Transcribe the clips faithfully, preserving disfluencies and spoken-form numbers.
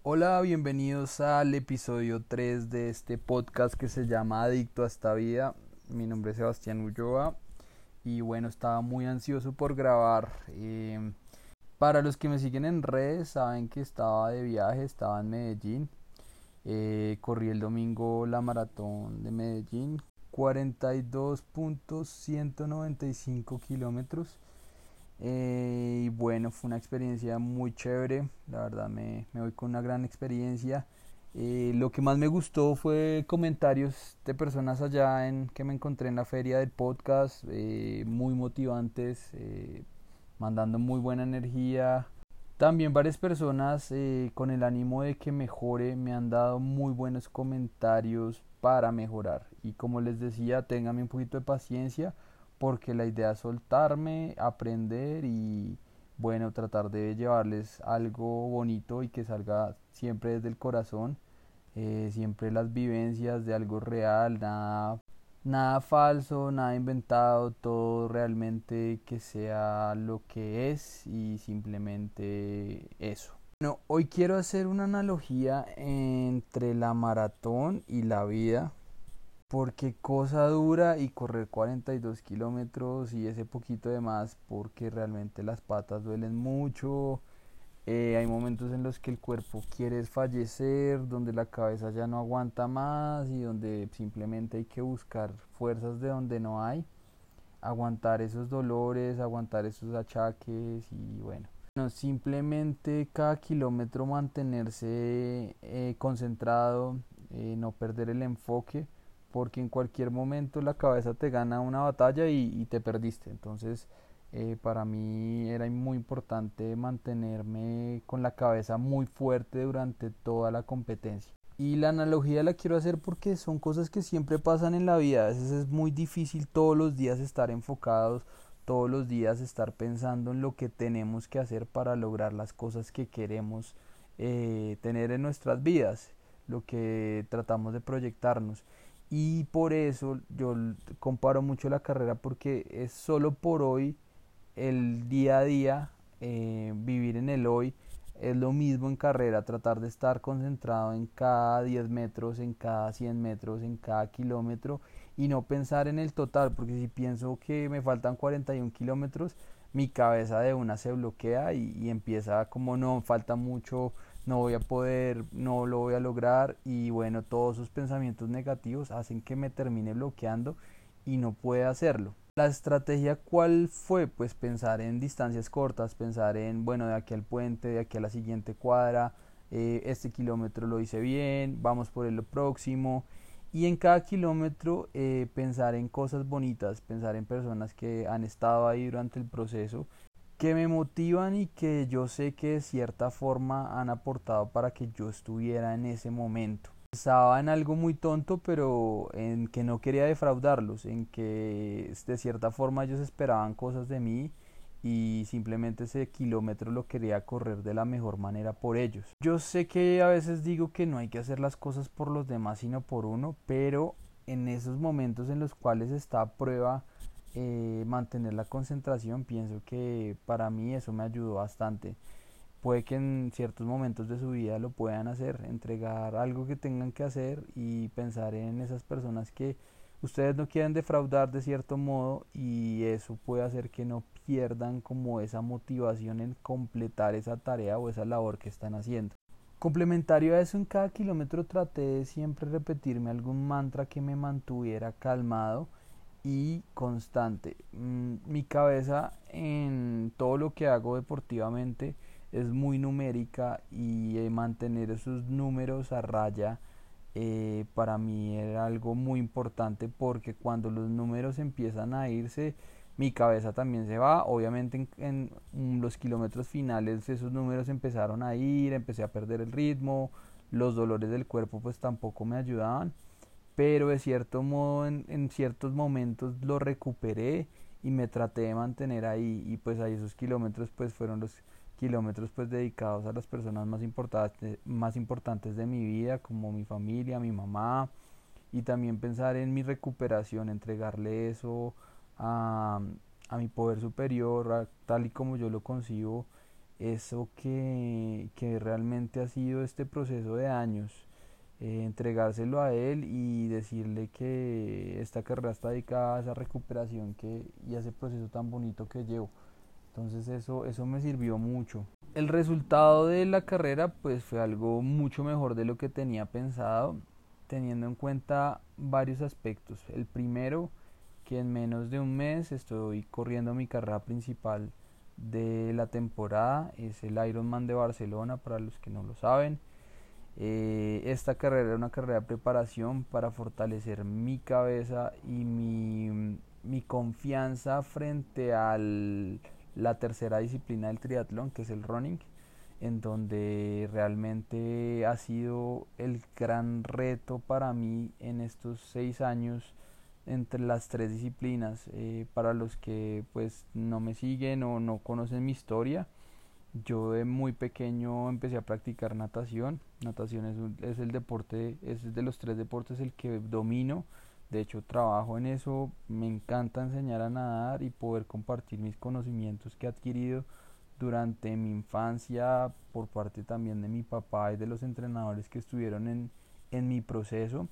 Hola, bienvenidos al episodio tres de este podcast que se llama Adicto a esta vida. Mi nombre es Sebastián Ulloa y bueno, estaba muy ansioso por grabar. Eh, para los que me siguen en redes saben que estaba de viaje, estaba en Medellín. Eh, corrí el domingo la maratón de Medellín, cuarenta y dos punto ciento noventa y cinco kilómetros. Eh, y bueno, fue una experiencia muy chévere, la verdad me, me voy con una gran experiencia. Eh, lo que más me gustó fue comentarios de personas allá en que me encontré en la feria del podcast, eh, muy motivantes, eh, mandando muy buena energía. También varias personas eh, con el ánimo de que mejore me han dado muy buenos comentarios para mejorar. Y como les decía, ténganme un poquito de paciencia porque la idea es soltarme, aprender y bueno, tratar de llevarles algo bonito y que salga siempre desde el corazón, eh, siempre las vivencias de algo real, nada, nada falso, nada inventado, todo realmente que sea lo que es y simplemente eso. Bueno, hoy quiero hacer una analogía entre la maratón y la vida, porque cosa dura y correr cuarenta y dos kilómetros y ese poquito de más porque realmente las patas duelen mucho. Eh, hay momentos en los que el cuerpo quiere fallecer, donde la cabeza ya no aguanta más y donde simplemente hay que buscar fuerzas de donde no hay, aguantar esos dolores, aguantar esos achaques y bueno. No, simplemente cada kilómetro mantenerse eh, concentrado, eh, no perder el enfoque, porque en cualquier momento la cabeza te gana una batalla y, y te perdiste. Entonces, eh, para mí era muy importante mantenerme con la cabeza muy fuerte durante toda la competencia. Y la analogía la quiero hacer porque son cosas que siempre pasan en la vida. A veces es muy difícil todos los días estar enfocados, todos los días estar pensando en lo que tenemos que hacer para lograr las cosas que queremos eh, tener en nuestras vidas, lo que tratamos de proyectarnos. Y por eso yo comparo mucho la carrera porque es solo por hoy, el día a día, eh, vivir en el hoy. Es lo mismo en carrera, tratar de estar concentrado en cada diez metros, en cada cien metros, en cada kilómetro y no pensar en el total, porque si pienso que me faltan cuarenta y un kilómetros, mi cabeza de una se bloquea y, y empieza como no, falta mucho, no voy a poder, no lo voy a lograr y bueno, todos esos pensamientos negativos hacen que me termine bloqueando y no pueda hacerlo. La estrategia, ¿cuál fue? Pues pensar en distancias cortas, pensar en, bueno, de aquí al puente, de aquí a la siguiente cuadra, eh, este kilómetro lo hice bien, vamos por el próximo. Y en cada kilómetro eh, pensar en cosas bonitas, pensar en personas que han estado ahí durante el proceso, que me motivan y que yo sé que de cierta forma han aportado para que yo estuviera en ese momento. Pensaba en algo muy tonto, pero en que no quería defraudarlos, en que de cierta forma ellos esperaban cosas de mí y simplemente ese kilómetro lo quería correr de la mejor manera por ellos. Yo sé que a veces digo que no hay que hacer las cosas por los demás sino por uno, pero en esos momentos en los cuales está a prueba eh, mantener la concentración, pienso que para mí eso me ayudó bastante. Puede que en ciertos momentos de su vida lo puedan hacer, entregar algo que tengan que hacer y pensar en esas personas que ustedes no quieren defraudar de cierto modo y eso puede hacer que no pierdan como esa motivación en completar esa tarea o esa labor que están haciendo. Complementario a eso, en cada kilómetro traté de siempre repetirme algún mantra que me mantuviera calmado y constante. Mm, mi cabeza en todo lo que hago deportivamente es muy numérica y eh, mantener esos números a raya eh, para mí era algo muy importante porque cuando los números empiezan a irse, mi cabeza también se va. Obviamente en, en los kilómetros finales esos números empezaron a ir, empecé a perder el ritmo, los dolores del cuerpo pues tampoco me ayudaban, pero de cierto modo en, en ciertos momentos lo recuperé y me traté de mantener ahí y pues ahí esos kilómetros pues fueron los kilómetros pues dedicados a las personas más importantes, más importantes de mi vida, como mi familia, mi mamá, y también pensar en mi recuperación, entregarle eso a, a mi poder superior, a, tal y como yo lo concibo, eso que, que realmente ha sido este proceso de años, eh, entregárselo a él y decirle que esta carrera está dedicada a esa recuperación que, y a ese proceso tan bonito que llevo. Entonces eso, eso me sirvió mucho. El resultado de la carrera pues fue algo mucho mejor de lo que tenía pensado, teniendo en cuenta varios aspectos. El primero, que en menos de un mes estoy corriendo mi carrera principal de la temporada, es el Ironman de Barcelona, para los que no lo saben. Eh, esta carrera era una carrera de preparación para fortalecer mi cabeza y mi, mi confianza frente a la tercera disciplina del triatlón, que es el running, en donde realmente ha sido el gran reto para mí en estos seis años entre las tres disciplinas. Eh, para los que pues no me siguen o no conocen mi historia, yo de muy pequeño empecé a practicar natación. Natación es, un, es el deporte, es de los tres deportes el que domino. De hecho, trabajo en eso. Me encanta enseñar a nadar y poder compartir mis conocimientos que he adquirido durante mi infancia por parte también de mi papá y de los entrenadores que estuvieron en, en mi proceso.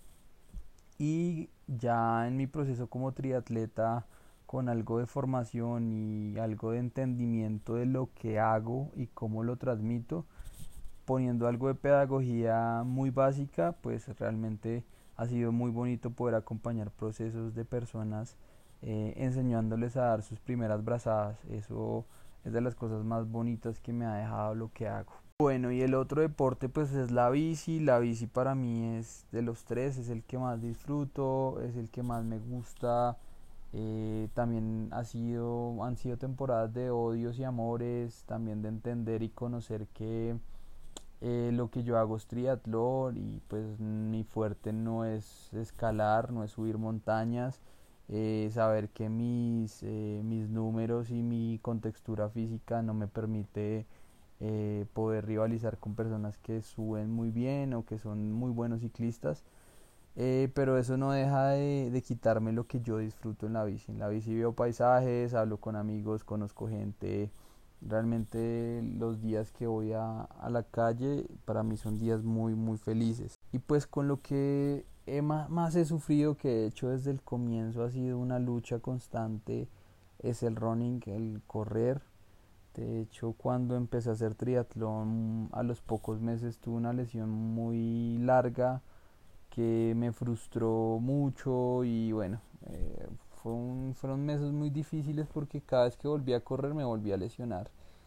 Y ya en mi proceso como triatleta, con algo de formación y algo de entendimiento de lo que hago y cómo lo transmito, poniendo algo de pedagogía muy básica, pues realmente ha sido muy bonito poder acompañar procesos de personas, eh, enseñándoles a dar sus primeras brazadas. Eso es de las cosas más bonitas que me ha dejado lo que hago. Bueno, y el otro deporte pues es la bici. La bici para mí es de los tres, es el que más disfruto, es el que más me gusta. Eh, también ha sido, han sido temporadas de odios y amores, también de entender y conocer que eh, lo que yo hago es triatlón y pues mi fuerte no es escalar, no es subir montañas. Eh, saber que mis, eh, mis números y mi contextura física no me permite eh, poder rivalizar con personas que suben muy bien o que son muy buenos ciclistas. Eh, pero eso no deja de, de quitarme lo que yo disfruto en la bici. En la bici veo paisajes, hablo con amigos, conozco gente. Realmente los días que voy a, a la calle para mí son días muy muy felices. Y pues con lo que he más, más he sufrido, que de hecho desde el comienzo ha sido una lucha constante, es el running, el correr. De hecho, cuando empecé a hacer triatlón, a los pocos meses tuve una lesión muy larga que me frustró mucho y bueno, eh, fue un, fueron meses muy difíciles porque cada vez que volví a correr me volví a lesionar,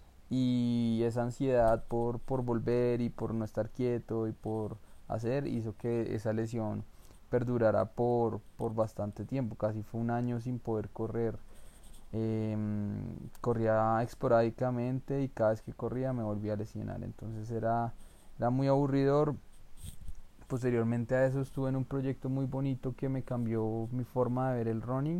y esa ansiedad por, por volver y por no estar quieto y por hacer hizo que esa lesión perdurara por, por bastante tiempo. Casi fue un año sin poder correr. Eh, corría esporádicamente y cada vez que corría me volvía a lesionar, entonces era, era muy aburridor. Posteriormente a eso estuve en un proyecto muy bonito que me cambió mi forma de ver el running,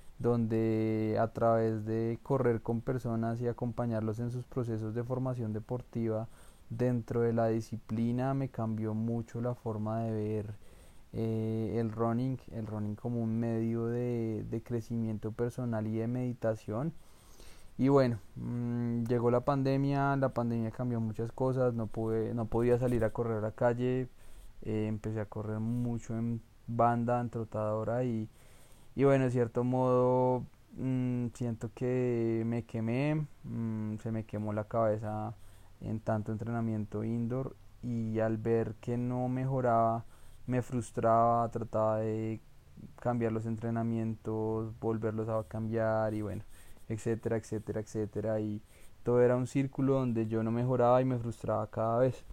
donde a través de correr con personas y acompañarlos en sus procesos de formación deportiva dentro de la disciplina, me cambió mucho la forma de ver eh, el running, el running como un medio de, de crecimiento personal y de meditación. Y bueno, mmm, llegó la pandemia, la pandemia cambió muchas cosas, no pude, no podía salir a correr a la calle. Eh, empecé a correr mucho en banda, en trotadora, y, y bueno, de cierto modo mmm, siento que me quemé, mmm, se me quemó la cabeza en tanto entrenamiento indoor, y al ver que no mejoraba me frustraba, trataba de cambiar los entrenamientos, volverlos a cambiar y bueno, etcétera, etcétera, etcétera, y todo era un círculo donde yo no mejoraba y me frustraba cada vez.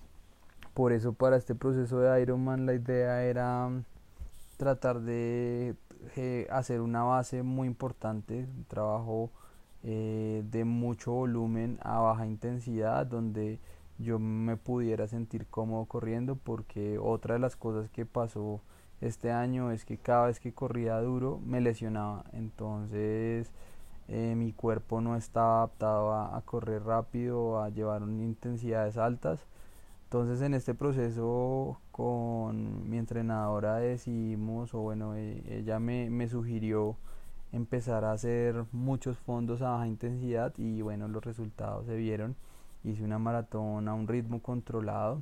Por eso para este proceso de Ironman la idea era tratar de eh, hacer una base muy importante, un trabajo eh, de mucho volumen a baja intensidad, donde yo me pudiera sentir cómodo corriendo, porque otra de las cosas que pasó este año es que cada vez que corría duro me lesionaba. Entonces eh, mi cuerpo no estaba adaptado a, a correr rápido, a llevar intensidades altas. Entonces en este proceso con mi entrenadora decidimos, o bueno, e- ella me, me sugirió empezar a hacer muchos fondos a baja intensidad, y bueno, los resultados se vieron. hice una maratón a un ritmo controlado,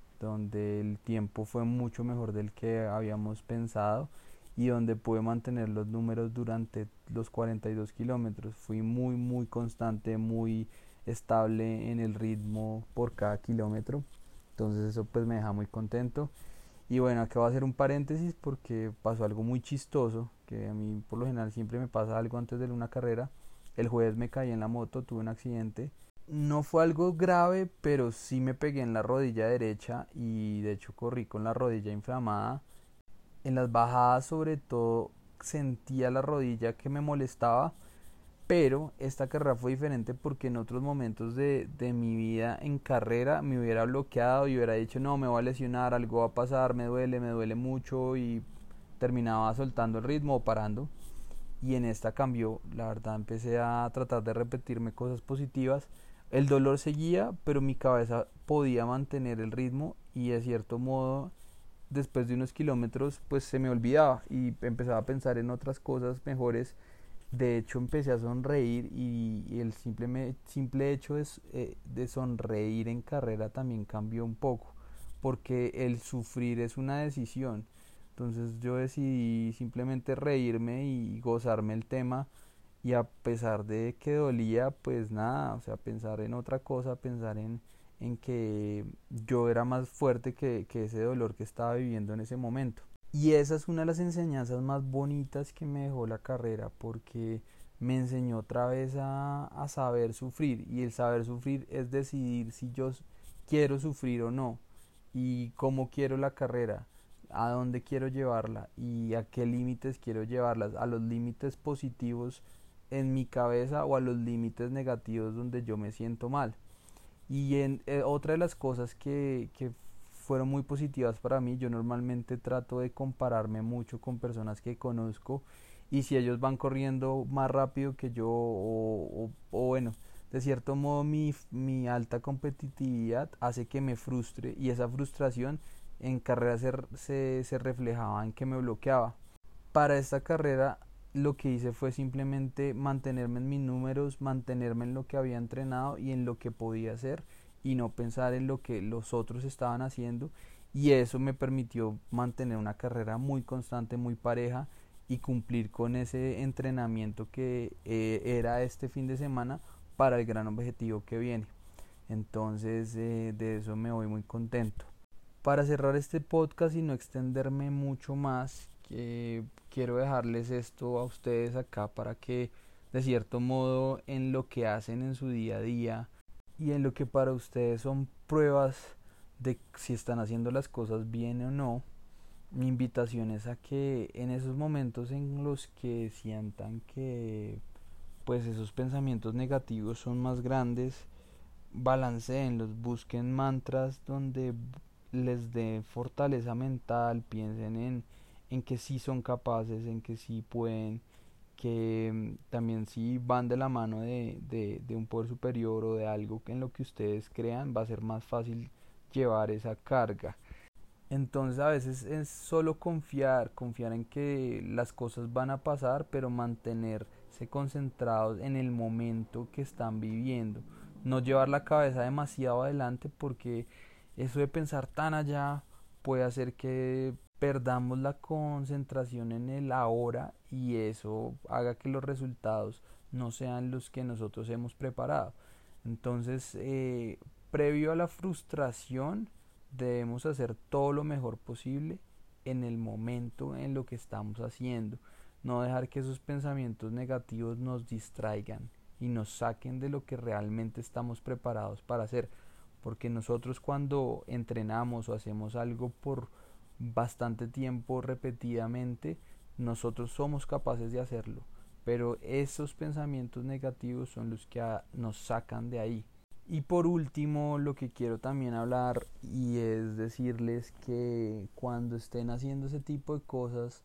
donde el tiempo fue mucho mejor del que habíamos pensado y donde pude mantener los números durante los cuarenta y dos kilómetros. Fui muy muy constante, muy estable en el ritmo por cada kilómetro, entonces eso pues me deja muy contento. Y bueno, acá voy a hacer un paréntesis porque pasó algo muy chistoso, que a mí por lo general siempre me pasa algo antes de una carrera. El jueves me caí en la moto, tuve un accidente. No fue algo grave, pero sí me pegué en la rodilla derecha y de hecho corrí con la rodilla inflamada. En las bajadas sobre todo sentía la rodilla que me molestaba, pero esta carrera fue diferente porque en otros momentos de, de mi vida en carrera me hubiera bloqueado y hubiera dicho no, me voy a lesionar, algo va a pasar, me duele, me duele mucho y terminaba soltando el ritmo o parando. Y en esta cambió, la verdad empecé a tratar de repetirme cosas positivas. El dolor seguía, pero mi cabeza podía mantener el ritmo y de cierto modo después de unos kilómetros pues se me olvidaba y empezaba a pensar en otras cosas mejores. De hecho empecé a sonreír y, y el simple, me, simple hecho de, eh, de sonreír en carrera también cambió un poco, porque el sufrir es una decisión. Entonces yo decidí simplemente reírme y gozarme el tema, y a pesar de que dolía, pues nada, o sea, pensar en otra cosa, pensar en, en que yo era más fuerte que, que ese dolor que estaba viviendo en ese momento. Y esa es una de las enseñanzas más bonitas que me dejó la carrera, porque me enseñó otra vez a, a saber sufrir, y el saber sufrir es decidir si yo quiero sufrir o no, y cómo quiero la carrera, a dónde quiero llevarla y a qué límites quiero llevarlas, a los límites positivos en mi cabeza o a los límites negativos donde yo me siento mal. Y en, eh, otra de las cosas que, que fueron muy positivas para mí, yo normalmente trato de compararme mucho con personas que conozco, y si ellos van corriendo más rápido que yo o, o, o bueno, de cierto modo mi, mi alta competitividad hace que me frustre, y esa frustración en carrera se, se, se reflejaba en que me bloqueaba. Para esta carrera lo que hice fue simplemente mantenerme en mis números, mantenerme en lo que había entrenado y en lo que podía hacer, y no pensar en lo que los otros estaban haciendo, y eso me permitió mantener una carrera muy constante, muy pareja, y cumplir con ese entrenamiento que eh, era este fin de semana para el gran objetivo que viene. Entonces eh, de eso me voy muy contento. Para cerrar este podcast y no extenderme mucho más, que quiero dejarles esto a ustedes acá para que de cierto modo en lo que hacen en su día a día y en lo que para ustedes son pruebas de si están haciendo las cosas bien o no, mi invitación es a que en esos momentos en los que sientan que pues esos pensamientos negativos son más grandes, balanceenlos, busquen mantras donde les dé fortaleza mental, piensen en, en que sí son capaces, en que sí pueden, que mm, también si van de la mano de, de, de un poder superior o de algo en lo que ustedes crean, va a ser más fácil llevar esa carga. Entonces a veces es solo confiar, confiar en que las cosas van a pasar, pero mantenerse concentrados en el momento que están viviendo. No llevar la cabeza demasiado adelante, porque eso de pensar tan allá puede hacer que perdamos la concentración en el ahora, y eso haga que los resultados no sean los que nosotros hemos preparado. Entonces, eh, previo a la frustración, debemos hacer todo lo mejor posible en el momento en lo que estamos haciendo. No dejar que esos pensamientos negativos nos distraigan y nos saquen de lo que realmente estamos preparados para hacer. Porque nosotros cuando entrenamos o hacemos algo por bastante tiempo repetidamente, nosotros somos capaces de hacerlo. Pero esos pensamientos negativos son los que a, nos sacan de ahí. Y por último, lo que quiero también hablar y es decirles que cuando estén haciendo ese tipo de cosas,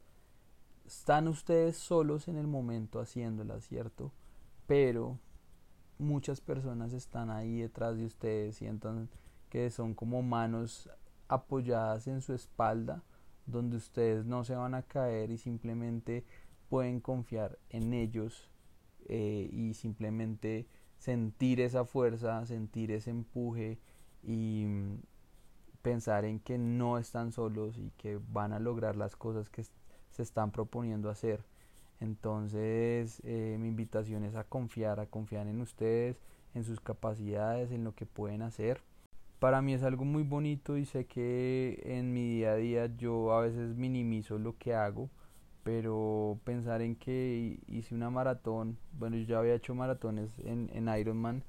están ustedes solos en el momento haciéndolas, ¿cierto? Pero muchas personas están ahí detrás de ustedes, sientan que son como manos apoyadas en su espalda, donde ustedes no se van a caer y simplemente pueden confiar en ellos, eh, y simplemente sentir esa fuerza, sentir ese empuje y mm, pensar en que no están solos y que van a lograr las cosas que se están proponiendo hacer. Entonces eh, mi invitación es a confiar, a confiar en ustedes, en sus capacidades, en lo que pueden hacer. Para mí es algo muy bonito y sé que en mi día a día yo a veces minimizo lo que hago, pero pensar en que hice una maratón, bueno, yo ya había hecho maratones en, en Ironman,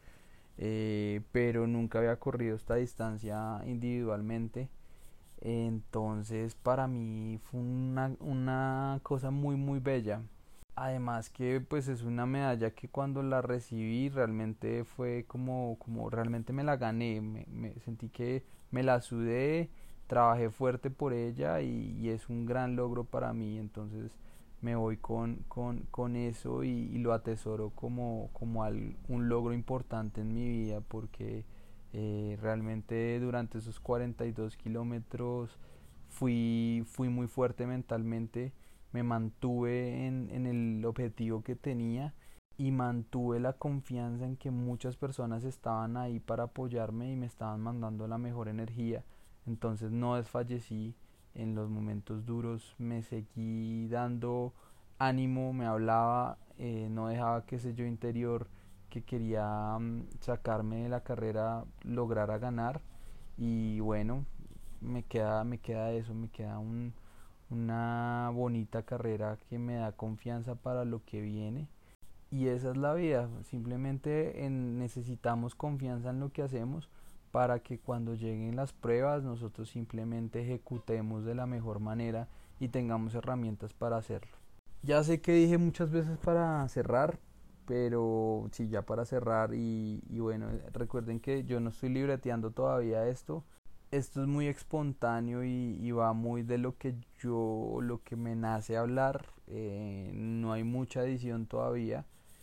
eh, pero nunca había corrido esta distancia individualmente. Entonces para mí fue una, una cosa muy muy bella. Además que pues es una medalla que cuando la recibí realmente fue como, como realmente me la gané, me, me sentí que me la sudé, trabajé fuerte por ella y, y es un gran logro para mí. Entonces me voy con, con, con eso y, y lo atesoro como, como al, un logro importante en mi vida, porque eh, realmente durante esos cuarenta y dos kilómetros fui, fui muy fuerte mentalmente, me mantuve en, en el objetivo que tenía y mantuve la confianza en que muchas personas estaban ahí para apoyarme y me estaban mandando la mejor energía. Entonces no desfallecí en los momentos duros, me seguí dando ánimo, me hablaba, eh, no dejaba que ese yo interior que quería um, sacarme de la carrera lograra ganar. Y bueno, me queda, me queda eso, me queda un, una bonita carrera que me da confianza para lo que viene. Y esa es la vida, simplemente en, necesitamos confianza en lo que hacemos para que cuando lleguen las pruebas nosotros simplemente ejecutemos de la mejor manera y tengamos herramientas para hacerlo. Ya sé que dije muchas veces para cerrar, pero sí, ya para cerrar y, y bueno, recuerden que yo no estoy libreteando todavía esto. Esto es muy espontáneo y, y va muy de lo que yo, lo que me nace hablar. Eh, no hay mucha edición todavía,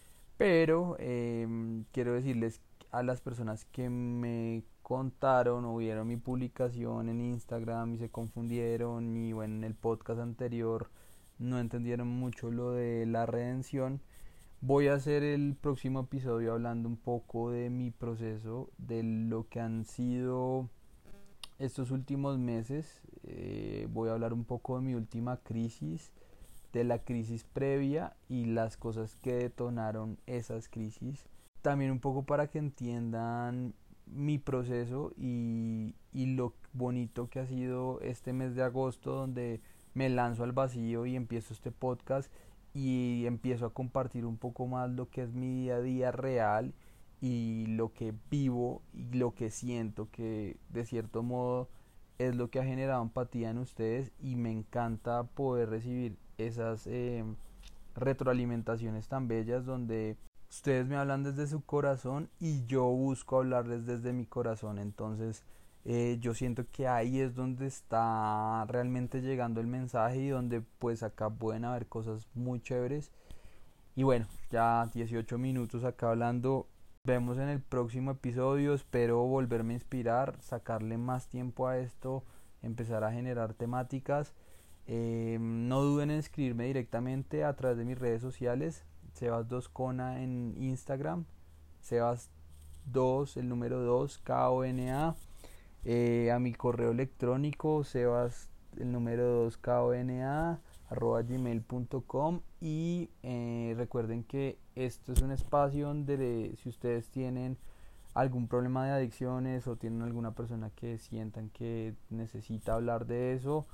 pero eh, quiero decirles a las personas que me contaron o vieron mi publicación en Instagram y se confundieron y bueno, en el podcast anterior no entendieron mucho lo de la redención. Voy a hacer el próximo episodio hablando un poco de mi proceso, de lo que han sido estos últimos meses. Eh, voy a hablar un poco de mi última crisis, de la crisis previa y las cosas que detonaron esas crisis. También un poco para que entiendan mi proceso y, y lo bonito que ha sido este mes de agosto, donde me lanzo al vacío y empiezo este podcast y empiezo a compartir un poco más lo que es mi día a día real y lo que vivo y lo que siento, que de cierto modo es lo que ha generado empatía en ustedes y me encanta poder recibir esas eh, retroalimentaciones tan bellas donde ustedes me hablan desde su corazón y yo busco hablarles desde mi corazón. Entonces eh, yo siento que ahí es donde está realmente llegando el mensaje y donde pues acá pueden haber cosas muy chéveres. Y bueno, ya dieciocho minutos acá hablando. Vemos en el próximo episodio. Espero volverme a inspirar, sacarle más tiempo a esto, empezar a generar temáticas. Eh, no duden en escribirme directamente a través de mis redes sociales. Sebas dos Kona en Instagram. Sebas dos, el número dos, K O N A. Eh, a mi correo electrónico, Sebas, el número dos, K O N A arroba gmail punto com. Y eh, recuerden que esto es un espacio donde si ustedes tienen algún problema de adicciones o tienen alguna persona que sientan que necesita hablar de eso,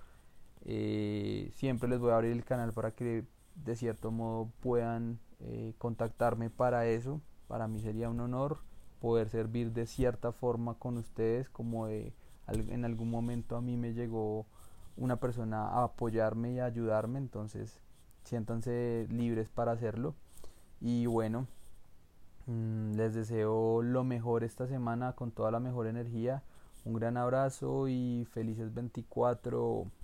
eh, siempre les voy a abrir el canal para que de cierto modo puedan eh, contactarme para eso. Para mí sería un honor poder servir de cierta forma con ustedes, como de, en algún momento a mí me llegó una persona a apoyarme y a ayudarme. Entonces siéntanse libres para hacerlo y bueno, mmm, les deseo lo mejor esta semana con toda la mejor energía. Un gran abrazo y felices veinticuatro.